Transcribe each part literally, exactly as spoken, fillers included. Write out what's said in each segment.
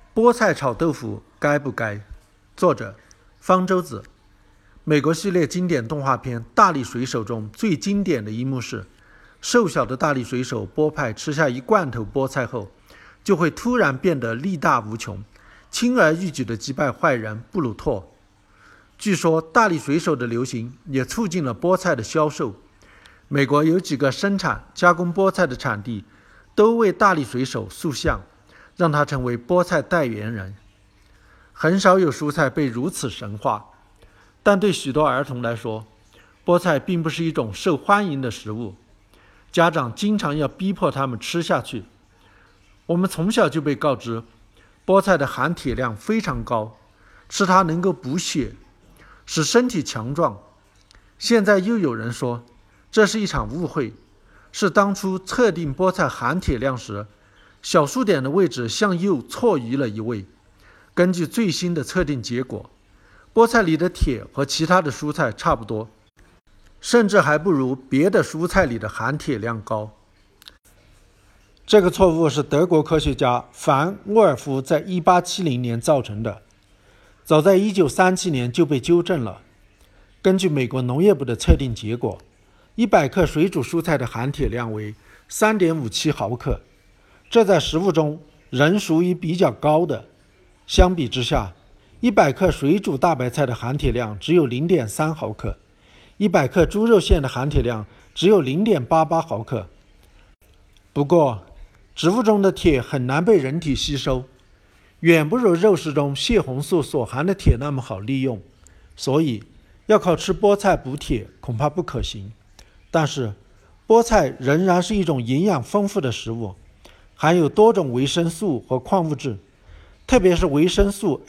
菠菜炒豆腐该不该？作者方舟子。美国系列经典动画片《大力水手》中最经典的一幕是，瘦小的大力水手波派吃下一罐头菠菜后，就会突然变得力大无穷，轻而易举地击败坏人布鲁托。据说大力水手的流行也促进了菠菜的销售。美国有几个生产加工菠菜的产地都为大力水手塑像，让他成为菠菜代言人。很少有蔬菜被如此神化，但对许多儿童来说，菠菜并不是一种受欢迎的食物，家长经常要逼迫他们吃下去。我们从小就被告知，菠菜的含铁量非常高，吃它能够补血，使身体强壮。现在又有人说，这是一场误会，是当初测定菠菜含铁量时，小数点的位置向右错移了一位。根据最新的测定结果，菠菜里的铁和其他的蔬菜差不多，甚至还不如别的蔬菜里的含铁量高。这个错误是德国科学家凡·沃尔夫在一八七零年造成的，早在一九三七年就被纠正了。根据美国农业部的测定结果，一百克水煮蔬菜的含铁量为 三点五七毫克，这在食物中仍属于比较高的。相比之下，一百克水煮大白菜的含铁量只有 零点三毫克，一百克猪肉馅的含铁量只有 零点八八毫克。不过，植物中的铁很难被人体吸收，远不如肉食中血红素所含的铁那么好利用，所以要靠吃菠菜补铁恐怕不可行。但是，菠菜仍然是一种营养丰富的食物，含有多种维生素和矿物质，特别是维生素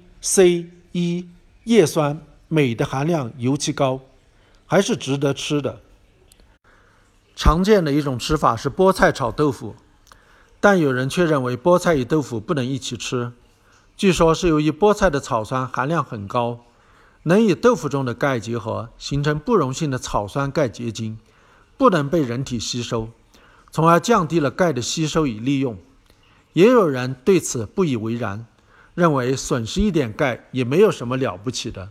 A、C、E、叶酸、镁的含量尤其高，还是值得吃的。常见的一种吃法是菠菜炒豆腐，但有人却认为菠菜与豆腐不能一起吃。据说是由于菠菜的草酸含量很高，能与豆腐中的钙结合，形成不溶性的草酸钙结晶，不能被人体吸收，从而降低了钙的吸收与利用。也有人对此不以为然，认为损失一点钙也没有什么了不起的。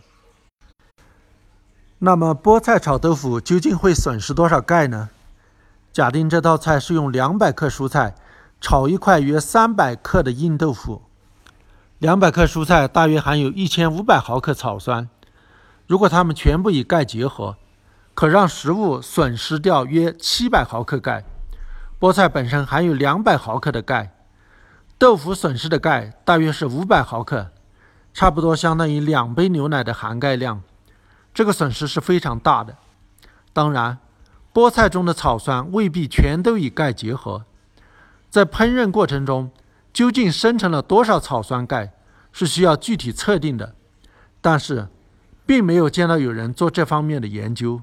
那么菠菜炒豆腐究竟会损失多少钙呢？假定这道菜是用两百克蔬菜炒一块约三百克的硬豆腐，两百克蔬菜大约含有一千五百毫克草酸，如果它们全部与钙结合，可让食物损失掉约七百毫克钙。菠菜本身含有两百毫克的钙，豆腐损失的钙大约是五百毫克，差不多相当于两杯牛奶的含钙量，这个损失是非常大的。当然，菠菜中的草酸未必全都与钙结合，在烹饪过程中究竟生成了多少草酸钙是需要具体测定的，但是并没有见到有人做这方面的研究。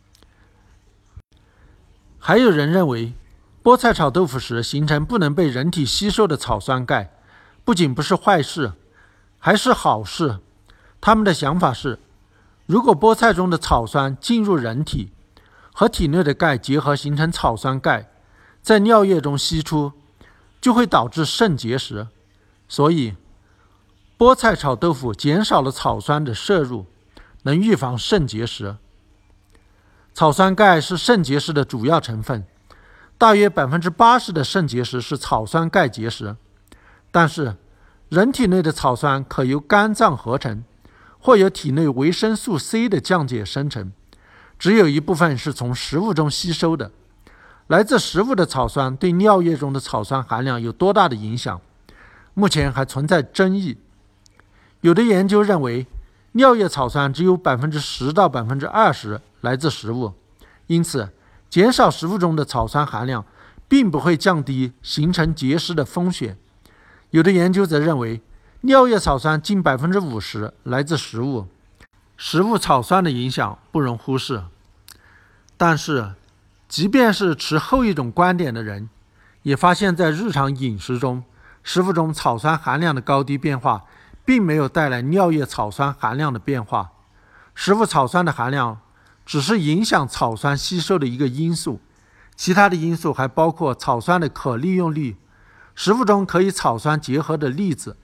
还有人认为，菠菜炒豆腐时形成不能被人体吸收的草酸钙，不仅不是坏事，还是好事。他们的想法是，如果菠菜中的草酸进入人体，和体内的钙结合形成草酸钙，在尿液中析出，就会导致肾结石。所以，菠菜炒豆腐减少了草酸的摄入，能预防肾结石。草酸钙是肾结石的主要成分，大约 百分之八十 的肾结石是草酸钙结石。但是，人体内的草酸可由肝脏合成，或由体内维生素 C 的降解生成，只有一部分是从食物中吸收的。来自食物的草酸对尿液中的草酸含量有多大的影响，目前还存在争议。有的研究认为，尿液草酸只有 百分之十 到 百分之二十 来自食物，因此减少食物中的草酸含量并不会降低形成结石的风险。有的研究则认为，尿液草酸近 百分之五十 来自食物，食物草酸的影响不容忽视。但是，即便是持后一种观点的人，也发现在日常饮食中，食物中草酸含量的高低变化并没有带来尿液草酸含量的变化。食物草酸的含量只是影响草酸吸收的一个因素，其他的因素还包括草酸的可利用率，食物中可以草酸结合的粒子，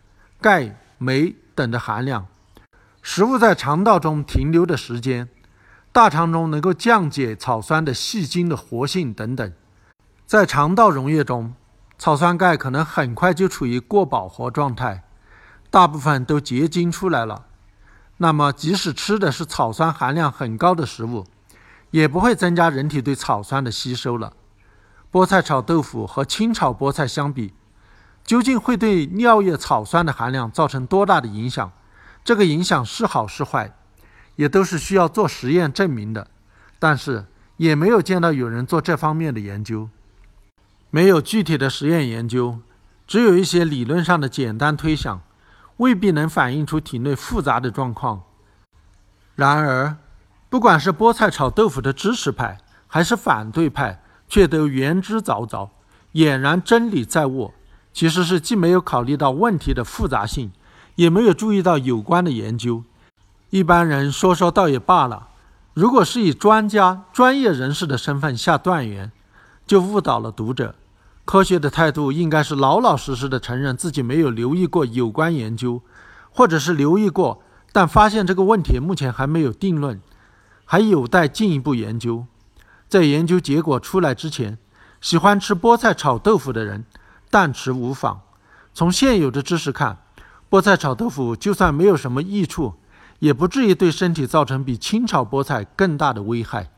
钙、镁等的含量。食物在肠道中停留的时间，大肠中能够降解草酸的细菌的活性等等。在肠道溶液中，草酸钙可能很快就处于过饱和状态，大部分都结晶出来了。那么即使吃的是草酸含量很高的食物，也不会增加人体对草酸的吸收了。菠菜炒豆腐和清炒菠菜相比，究竟会对尿液草酸的含量造成多大的影响？这个影响是好是坏，也都是需要做实验证明的，但是也没有见到有人做这方面的研究。没有具体的实验研究，只有一些理论上的简单推想，未必能反映出体内复杂的状况。然而，不管是菠菜炒豆腐的支持派还是反对派，却都言之凿凿，俨然真理在握，其实是既没有考虑到问题的复杂性，也没有注意到有关的研究。一般人说说倒也罢了，如果是以专家、专业人士的身份下断言，就误导了读者。科学的态度应该是老老实实的承认自己没有留意过有关研究，或者是留意过，但发现这个问题目前还没有定论，还有待进一步研究。在研究结果出来之前，喜欢吃菠菜炒豆腐的人但持无妨。从现有的知识看，菠菜炒豆腐就算没有什么益处，也不至于对身体造成比清炒菠菜更大的危害。